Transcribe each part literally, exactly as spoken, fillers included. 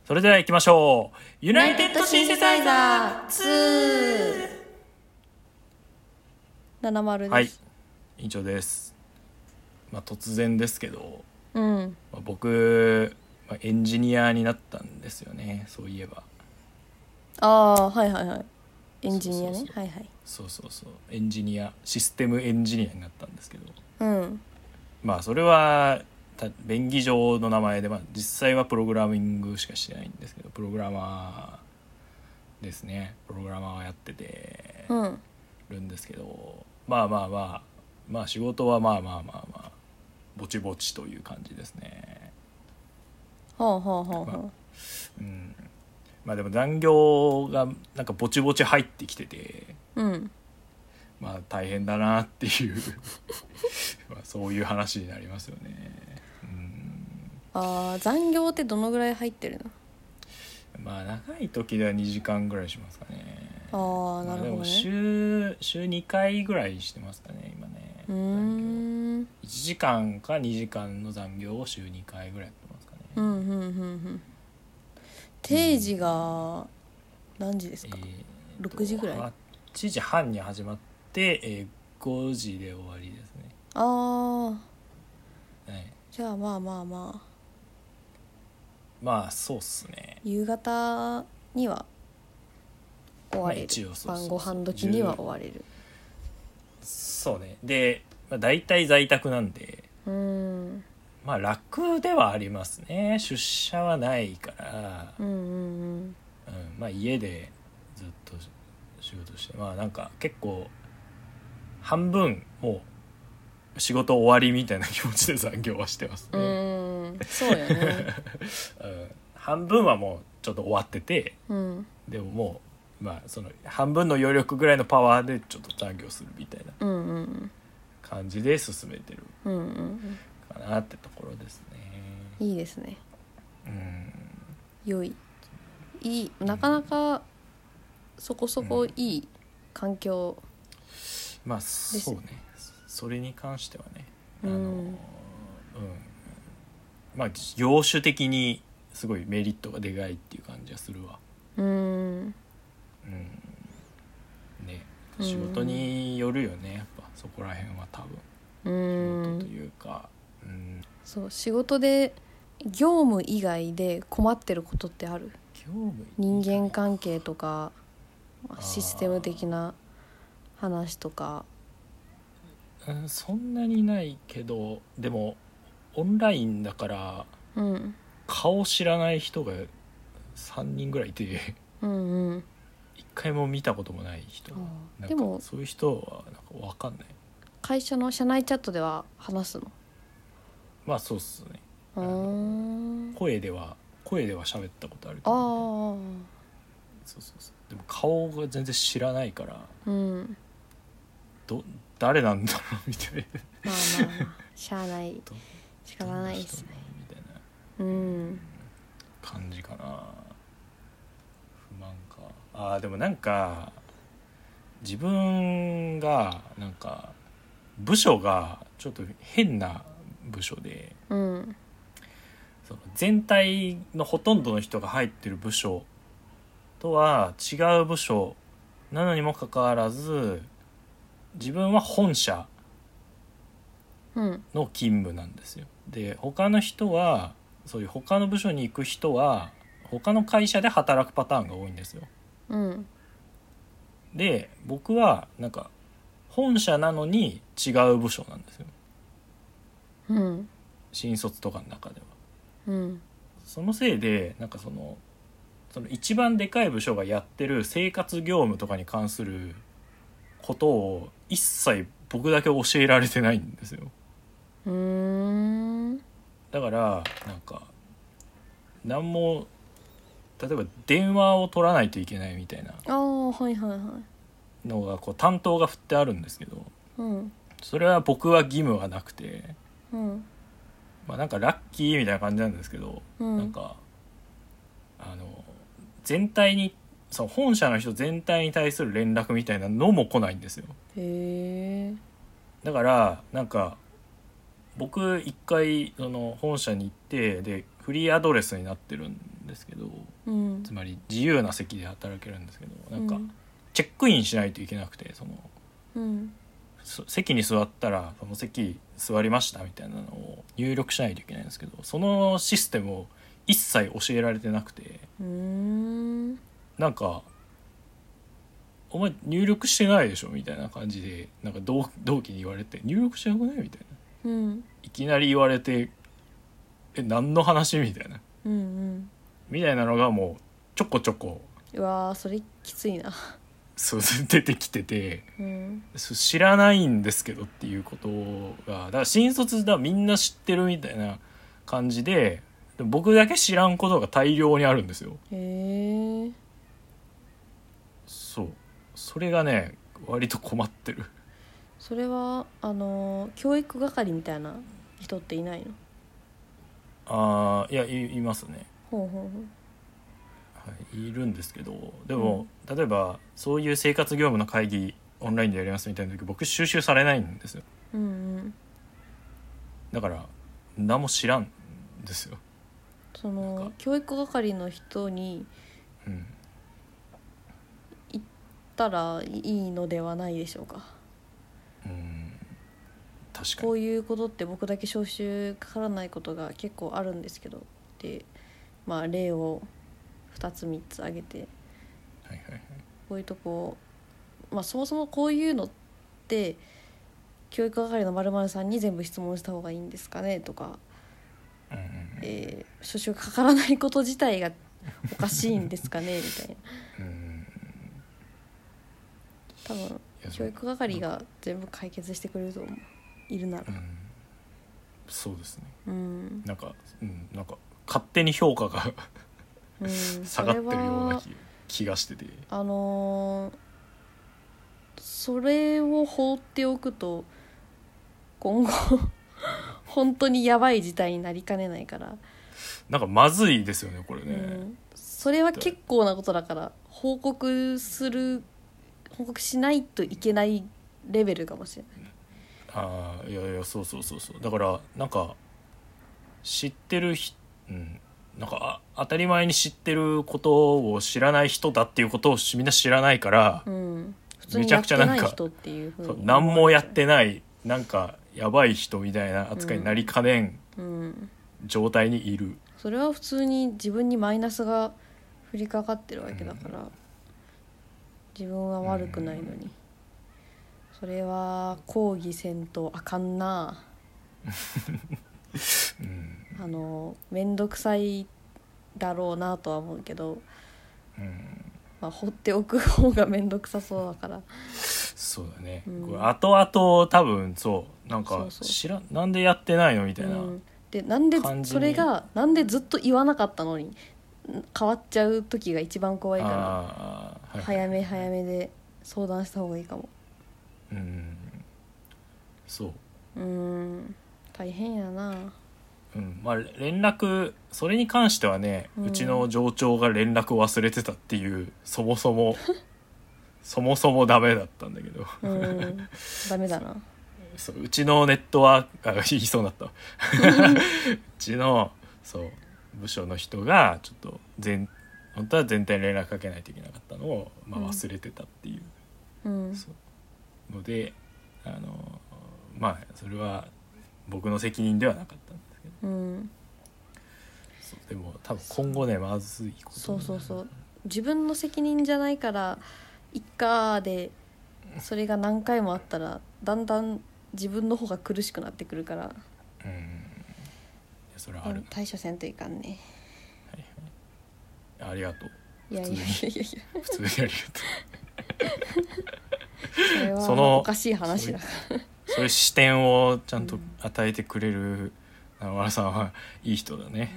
それでは行きましょう。ユナイテッドユナイテッドシンセサイザーツー。ななまるです。 はい、委員長です。まあ、突然ですけど、 うんまあ、僕、まあ、エンジニアになったんですよね。そういえば。 ああはいはいはい。エンジニアね。 そうそうそうはいはい。 そうそうそうエンジニアシステムエンジニアになったんですけど、 うんまあそれは便宜上の名前で、まあ、実際はプログラミングしかしてないんですけど、プログラマーですね。プログラマーをやっててうんるんですけど、まあまあまあまあ仕事はまあまあまあまあぼちぼちという感じですね。 ほうほうほうほう、 まあうんまあでも残業がなんかぼちぼち入ってきてて、 うんまあ大変だなっていうまあそういう話になりますよね。うんああ残業ってどのぐらい入ってるの？ まあ長い時ではにじかんぐらいしますかね。 ああまあでもなるほどね。 週週にかいぐらいしてますかね今ね。 うーんいちじかんかにじかんの残業を週にかいぐらいやってますかね。 うんうんうんうん定時が何時ですか？ えーろくじぐらい？ はちじはんに始まって、えーごじで終わりですね。 ああはい、 じゃあまあまあまあまあそうっすね。 夕方には終われる、 まあ一応そうそうそう晩ご飯時には終われる。 そうね。で、まあ、大体在宅なんで、 うーんまあ楽ではありますね。出社はないから、 うんうんうんうん、まあ家でずっと仕事して、まあなんか結構半分もう仕事終わりみたいな気持ちで残業はしてますね。 うーんそうよねうん、半分はもうちょっと終わってて、 うんでももうまあその半分の余力ぐらいのパワーでちょっと残業するみたいなうんうん感じで進めてるうんうんうんかなってところですね。 いいですね。 うん良いいいなかなかそこそこいい環境、 まあそうね、それに関してはね、あの、 うんうんまあ業種的にすごいメリットがでかいっていう感じはするわ。 うんうんね、仕事によるよね、やっぱそこら辺は多分。 うん仕事というか、うん、 そう仕事で業務以外で困ってることってある？ 業務人間関係とかシステム的な話とか。 うん、そんなにないけど、でもオンラインだからうん顔知らない人がさんにんぐらいいてうんうん一回も見たこともない人、なんでもかそういう人はなんか分かんない。 会社の社内チャットでは話すの？ まあそうっすね。 うーん声では声では喋ったことあるけあど、ね、 あそうそうそう。でも顔が全然知らないからうんど誰なんだろうみたいな。 まあまあまあしゃあないど仕方ないですね。 みたいなうん感じかな。不満か。あーでもなんか自分がなんか部署がちょっと変な部署で、 うんその全体のほとんどの人が入ってる部署とは違う部署なのにもかかわらず、自分は本社うんの勤務なんですよ。で他の人はそういう他の部署に行く人は他の会社で働くパターンが多いんですよ。 うんで僕はなんか本社なのに違う部署なんですよ。 うん新卒とかの中では。 うんそのせいでなんかそのその一番でかい部署がやってる生活業務とかに関することを一切僕だけ教えられてないんですよ。 うーんだからなんか何も、例えば電話を取らないといけないみたいなああはいはいはいのがこう担当が振ってあるんですけど、 うんそれは僕は義務はなくて、 うんまあなんかラッキーみたいな感じなんですけど、 うんなんかあの全体にその本社の人全体に対する連絡みたいなのも来ないんですよ。 へえだからなんか僕一回その本社に行って、でフリーアドレスになってるんですけど、 うん、 つまり自由な席で働けるんですけど、なんかうんチェックインしないといけなくて、そのうん席に座ったらその席座りましたみたいなのを入力しないといけないんですけど、そのシステムを一切教えられてなくて、 うーんなんかお前入力してないでしょみたいな感じでなんか 同, 同期に言われて、入力してなくないみたいな、 うんいきなり言われて、え何の話みたいなうんうんみたいなのがもうちょこちょこうわーそれきついな。 そう出てきてて、 うん知らないんですけどっていうことが、だから新卒だみんな知ってるみたいな感じで、でも僕だけ知らんことが大量にあるんですよ。 へえ。 そうそれがね割と困ってる。 それはあの教育係みたいな人っていないの？ ああいや い, いますね、 ほうほうほはい、いるんですけど、でも、うん、例えばそういう生活業務の会議オンラインでやりますみたいな時僕収集されないんですよ。 う。うんうん。 だから何も知らんですよ。 その教育係の人に言ったらいいのではないでしょうか。 うん、うん確かにこういうことって僕だけ招集かからないことが結構あるんですけど、でまあ例をふたつみっつ挙げて、 はいはいはい、 こういうとこ、まあそもそもこういうのって教育係の〇〇さんに全部質問した方がいいんですかねとか、 うんうんえー、招集がかからないこと自体がおかしいんですかねみたいな。 うん多分教育係が全部解決してくれると思う、いるなら、 うん、そうですね、 うん、 なんか、うん、なんか勝手に評価がうん、 下がってるような 気, 気がしてて、 あのー、それを放っておくと今後本当にやばい事態になりかねないから、 なんかまずいですよねこれね、 うん、それは結構なことだから報告する報告しないといけないレベルかもしれない。 ああいやいやそうそうそうそう、だからなんか知ってるひ、うん、なんか当たり前に知ってることを知らない人だっていうことをみんな知らないから、 うん、普通にやってない人っていう風に何もやってないなんかやばい人みたいな扱いになりかねん状態にいる、 うんうん、それは普通に自分にマイナスが降りかかってるわけだから、うん、自分は悪くないのに、うん、それは抗議せんとあかんな、うん、あのめんどくさいだろうなとは思うけど、うんまあ、放っておく方がめんどくさそうだからそうだね、 うん、 これ後々多分そうなんか知らなんでやってないのみたいな、うん、 でなんでそれがなんでずっと言わなかったのに変わっちゃう時が一番怖いから、はいはい、早め早めで相談した方がいいかも。 うんそううん大変やな。 うんまあ、連絡それに関してはね、うん、うちの上長が連絡を忘れてたっていうそもそもそもそもダメだったんだけどうんダメだなそううちのネットワークあ言いそうになったうちのそう部署の人がちょっと全本当は全体に連絡かけないといけなかったのを、まあ、忘れてたっていう、うん、そうのであのまあそれは僕の責任ではなかったんですけど、うん、そうでも多分今後ねまずいことそうそうそう自分の責任じゃないからいっかでそれが何回もあったらだんだん自分の方が苦しくなってくるから、うん、いやそれはある対処せんといかんね、 はいはい、ありがとう。 いやいやいやいや普通にありがとうそれはおかしい話だからそういう視点をちゃんと与えてくれる長原さんはいい人だね、いやいや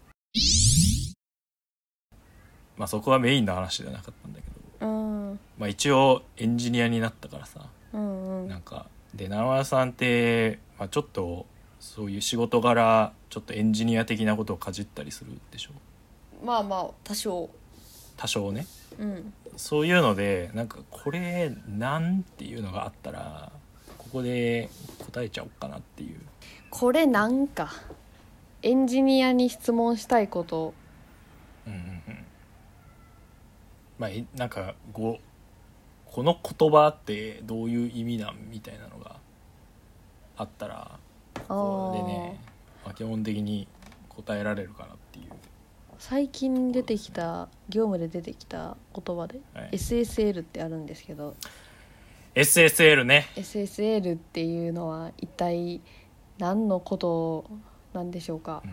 まあそこはメインの話じゃなかったんだけど、うんまあ、一応エンジニアになったからさ、うんうん、なんかで長原さんって、まあ、ちょっとそういう仕事柄ちょっとエンジニア的なことをかじったりするでしょ。 まあまあ多少多少ね、 うん、 そういうのでなんかこれなんていうのがあったらここで答えちゃおうかなっていう。 これなんかエンジニアに質問したいことうんうんうん、まあなんかごこの言葉ってどういう意味なんみたいなのがあったらこれでね、まあ、基本的に答えられるかなっていう。 最近出てきた業務で出てきた言葉で、はい、エスエスエル ってあるんですけど、 エスエスエル ね。 エスエスエル っていうのは一体何のことなんでしょうか。 うん、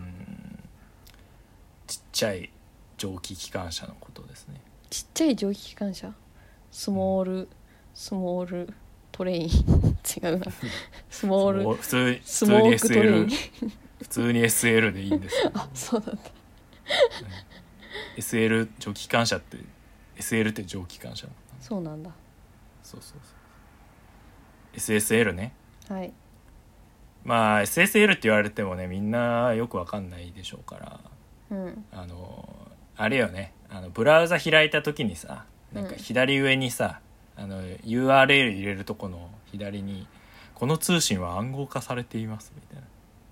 ちっちゃい蒸気機関車のことですね。 ちっちゃい蒸気機関車、スモール、うん、スモールトレイン違うなスモール普通にスモークトレイン普通に エスエル でいいんですよあ、そうなんだエスエル 蒸気機関車って エスエル って蒸気機関車。 そうなんだ。 そうそうそう エスエスエル ね。 はい。 まあ エスエスエル って言われてもね、みんなよくわかんないでしょうから、 うん、 あのあれよね、あのブラウザ開いた時にさ、なんか左上にさ、うん、あの ユーアールエル 入れるとこの左にこの通信は暗号化されていますみたいな、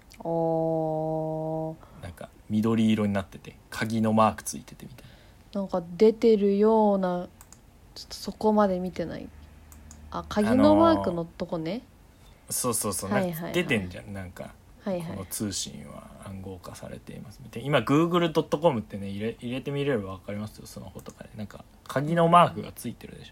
おなんか緑色になってて鍵のマークついててみたいな、なんか出てるような、ちょっとそこまで見てない。あ、鍵のマークのとこね、 あのー、そうそうそう、はいはいはい、出てんじゃん、なんか、 はいはい、 この通信は暗号化されていますみたいな。今 グーグルドットコム ってね入れ、入れてみれば分かりますよ、スマホとかで。なんか鍵のマークがついてるでし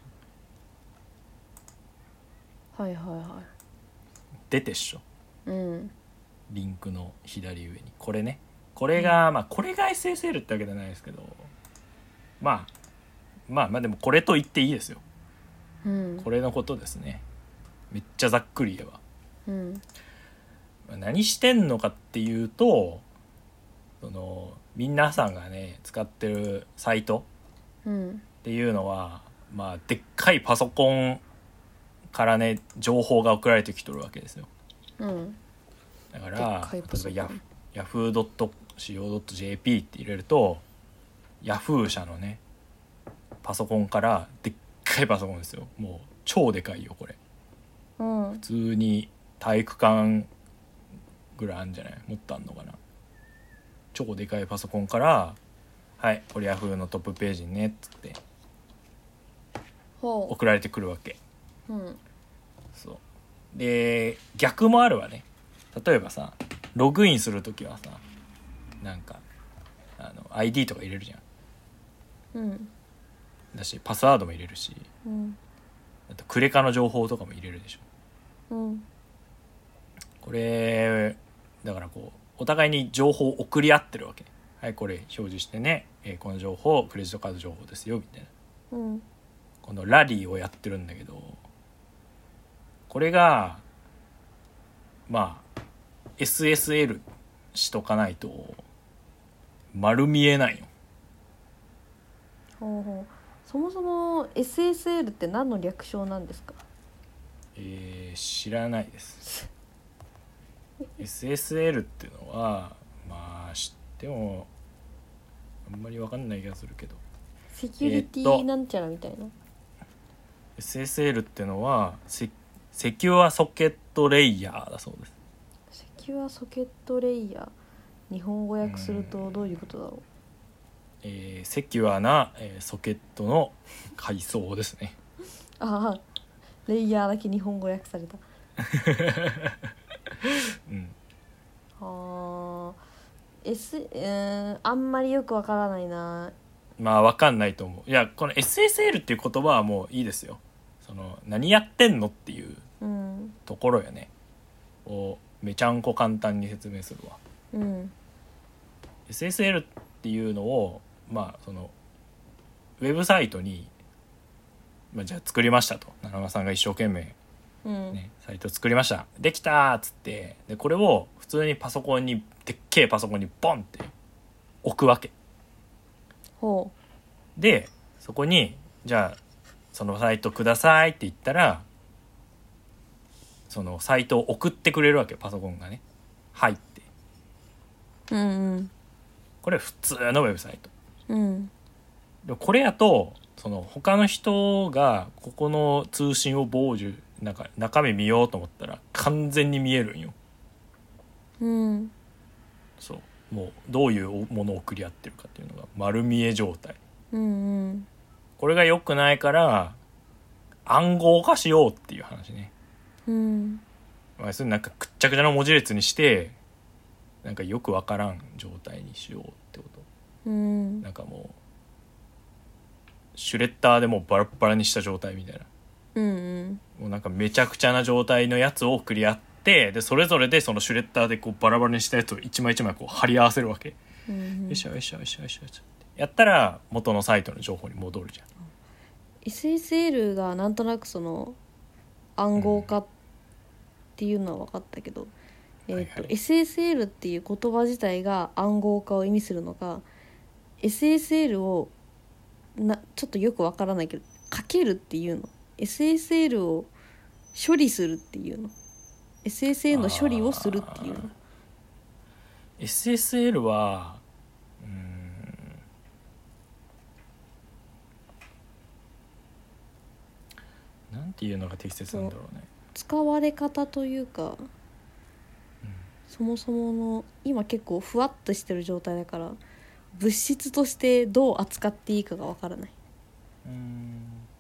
ょ。はいはいはい。 出てっしょ。 うん。 リンクの左上にこれね、これが、うん、まあこれが エスエスエル ってわけじゃないですけど、まあまあまあでもこれと言っていいですよ。 うん、 これのことですね。めっちゃざっくり言えば。 うん、 何してんのかっていうと、その皆さんがね使ってるサイトっていうのは、うん、まあでっかいパソコンからね情報が送られてきとるわけですよ。 うん、 だから例えばヤフヤフー ドットシーオー ドット ジェーピー って入れると、ヤフー社のねパソコンからでっかいパソコンですよ。もう超でかいよこれ。 うん、 普通に体育館ぐらいあるんじゃない？もっとあんのかな。超でかいパソコンから「はいこれヤフーのトップページにね」っつって送られてくるわけ。 うん、 そうで逆もあるわね。例えばさログインするときはさ、なんかあの アイディー とか入れるじゃん、 うん、 だしパスワードも入れるし、 うん、 あとクレカの情報とかも入れるでしょ、 うん、 これだからこうお互いに情報を送り合ってるわけ。はいこれ表示してね、えー、この情報クレジットカード情報ですよみたいな、 うん、 このラリーをやってるんだけど、これがまあ エスエスエル しとかないと丸見えないよ。 ほうほう。そもそも エスエスエル って何の略称なんですか？ えー、知らないですエスエスエル っていうのはまあ知ってもあんまり分かんない気がするけど、 セキュリティなんちゃらみたいな、えー、 エスエスエル っていうのはセセキュアソケットレイヤーだそうです。 セキュアソケットレイヤー、日本語訳するとどういうことだろう。 えー、セキュアな、えー、ソケットの階層ですねああ、レイヤーだけ日本語訳されたうん、 ああ、S、えー、あんまりよくわからないな。 まあわかんないと思う。いやこの エスエスエル っていう言葉はもういいですよ。その何やってんのっていうところよね、うん、をめちゃんこ簡単に説明するわ、 うん、 エスエスエル っていうのをまあそのウェブサイトに、まあ、じゃあ作りましたと、七間さんが一生懸命、ねうん、 サイト作りました、できたっつって、でこれを普通にパソコンにでっけえパソコンにボンって置くわけ。 ほうでそこにじゃあそのサイトくださいって言ったら、そのサイトを送ってくれるわけ、パソコンがね入って、 うんうん、 これ普通のウェブサイト、 うん、 でこれやとその他の人がここの通信を傍受なんか中身見ようと思ったら完全に見えるんよ、 うん、 そうもうどういうものを送り合ってるかっていうのが丸見え状態、 うんうん、 これが良くないから暗号化しようっていう話ね、 うん、 まあ、それなんかくっちゃくちゃな文字列にしてなんかよくわからん状態にしようってこと、 うん、 なんかもうシュレッダーでもうバラッバラにした状態みたいな、 うんうん、 もうなんかめちゃくちゃな状態のやつを送り合って、でそれぞれでそのシュレッダーでこうバラバラにしたやつを一枚一枚こう貼り合わせるわけ、 うんうん、 よいしょよいしょよいしょよいしょってやったら元のサイトの情報に戻るじゃん。 エスエスエル がなんとなくその暗号化っていうのは分かったけど、うん、えーとはいはい、エスエスエル っていう言葉自体が暗号化を意味するのか エスエスエル をなちょっとよく分からないけどかけるっていうの エスエスエル を処理するっていうの エスエスエル の処理をするっていうの。 エスエスエル はうーんなんていうのが適切なんだろうね。 使われ方というか、うん、そもそもの今結構ふわっとしてる状態だから物質としてどう扱っていいかがわからない。 うーん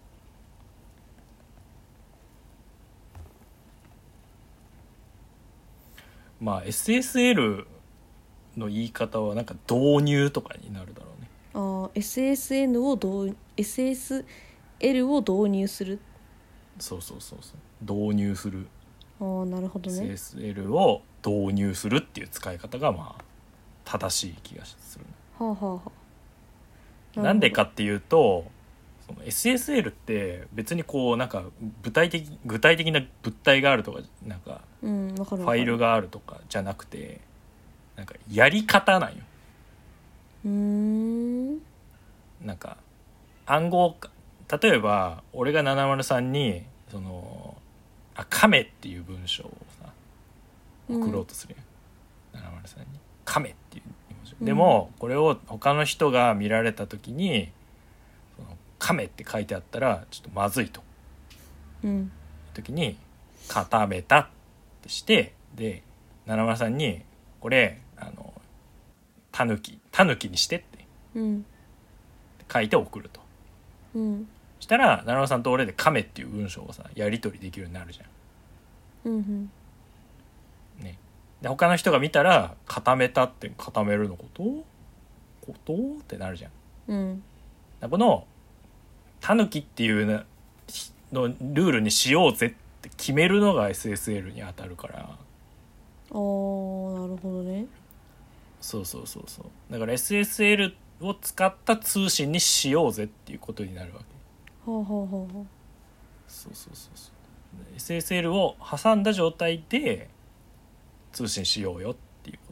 まあ エスエスエル の言い方はなんか導入とかになるだろうね。 ああ エスエスエヌ を導 エスエスエル を導入する。 そうそうそうそう導入する。 ああなるほどね。 エスエスエル を導入するっていう使い方がまあ正しい気がする。 はあはあはあ。なんでかっていうとその エスエスエル って別にこうなんか具体的具体的な物体があるとかなんかファイルがあるとかじゃなくてなんかやり方なんよ。 うーんなんか暗号化、例えば俺がななまるさんにそのあ亀っていう文章をさ送ろうとするよ、うん、ななまるさんに亀っていう文章、うん、でもこれを他の人が見られた時にその亀って書いてあったらちょっとまずいと、 うん、 時に固めたってしてでななまるさんにこれあのタヌキタヌキにしてって、うん、書いて送ると、うん、したらななまるさんと俺で亀っていう文章をさやり取りできるようになるじゃん、うんうんね、で他の人が見たら固めたって固めるのことことってなるじゃん、うん、このタヌキっていうのルールにしようぜって決めるのが エスエスエル に当たるから。 あーなるほどね。 そうそうそうそうだから エスエスエル を使った通信にしようぜっていうことになるわけ。 ほうほうほうほう。 そうそうそうそう エスエスエル を挟んだ状態で通信しようよっていう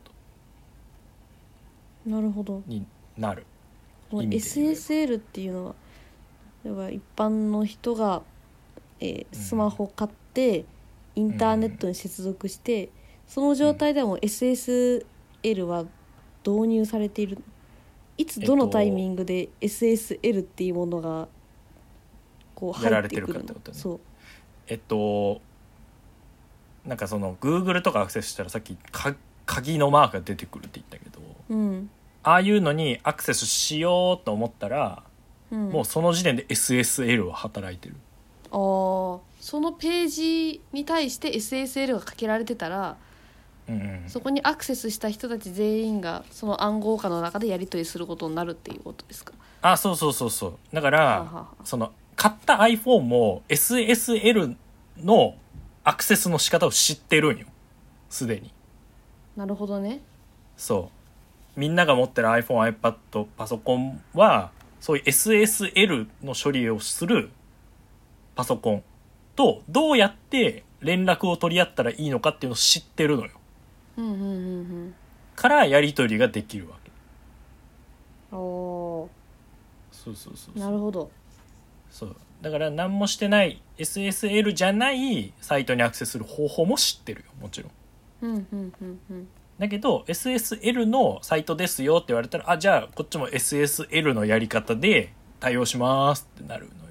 ことなるほどになる。 エスエスエル っていうのは例えば一般の人が、えー、スマホ買ってインターネットに接続して、うん、その状態でも エスエスエル は導入されている。いつどのタイミングで エスエスエル っていうものがこう入ってくるの？やられてるかってことね。そうえっとなんかその Google とかアクセスしたらさっきか鍵のマークが出てくるって言ったけど、うん、ああいうのにアクセスしようと思ったら、うん、もうその時点で エスエスエル は働いてる。 ああそのページに対して エスエスエル がかけられてたら、うんうん、そこにアクセスした人たち全員がその暗号化の中でやり取りすることになるっていうことですか？ あ、そうそうそうそう。だから、はははその買った iPhone も エスエスエル のアクセスの仕方を知ってるんよ。すでに。 なるほどね。 そう。みんなが持ってる iPhone、iPad、パソコンはそういう エスエスエル の処理をするパソコンとどうやって連絡を取り合ったらいいのかっていうのを知ってるのよ。うんうんうんうん、からやり取りができるわけ。 おーそうそうそうそう。 なるほど。 そうだから何もしてない エスエスエル じゃないサイトにアクセスする方法も知ってるよもちろん。うんうんうんうん。だけど エスエスエル のサイトですよって言われたらあじゃあこっちも エスエスエル のやり方で対応しますってなるのよ。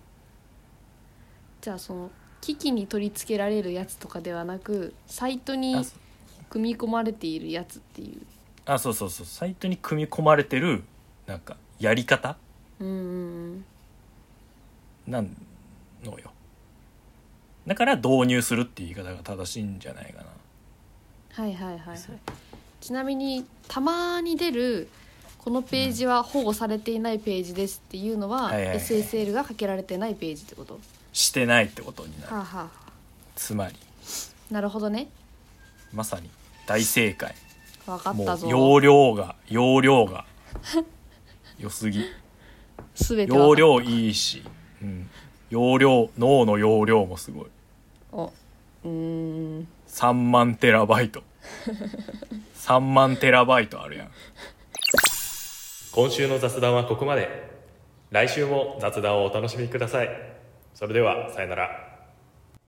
じゃあその機器に取り付けられるやつとかではなくサイトに組み込まれているやつっていうあそうそうそうサイトに組み込まれてるなんかやり方うんうんなんのよ。だから導入するっていう言い方が正しいんじゃないかな。 はいはいはいはい。ちなみにたまに出るこのページは保護されていないページですっていうのは、 はいはいはいエスエスエル がかけられてないページってこと。 してないってことになる。 はあ、はあ、 つまりなるほどね。 まさに大正解。 分かったぞ。 もう容量が容量が良すぎ。 すべて容量いいし、うん、容量脳の容量もすごい。 おうーんさんまんテラバイトさんまんテラバイトあるやん。今週の雑談はここまで。来週も雑談をお楽しみください。それではさよなら。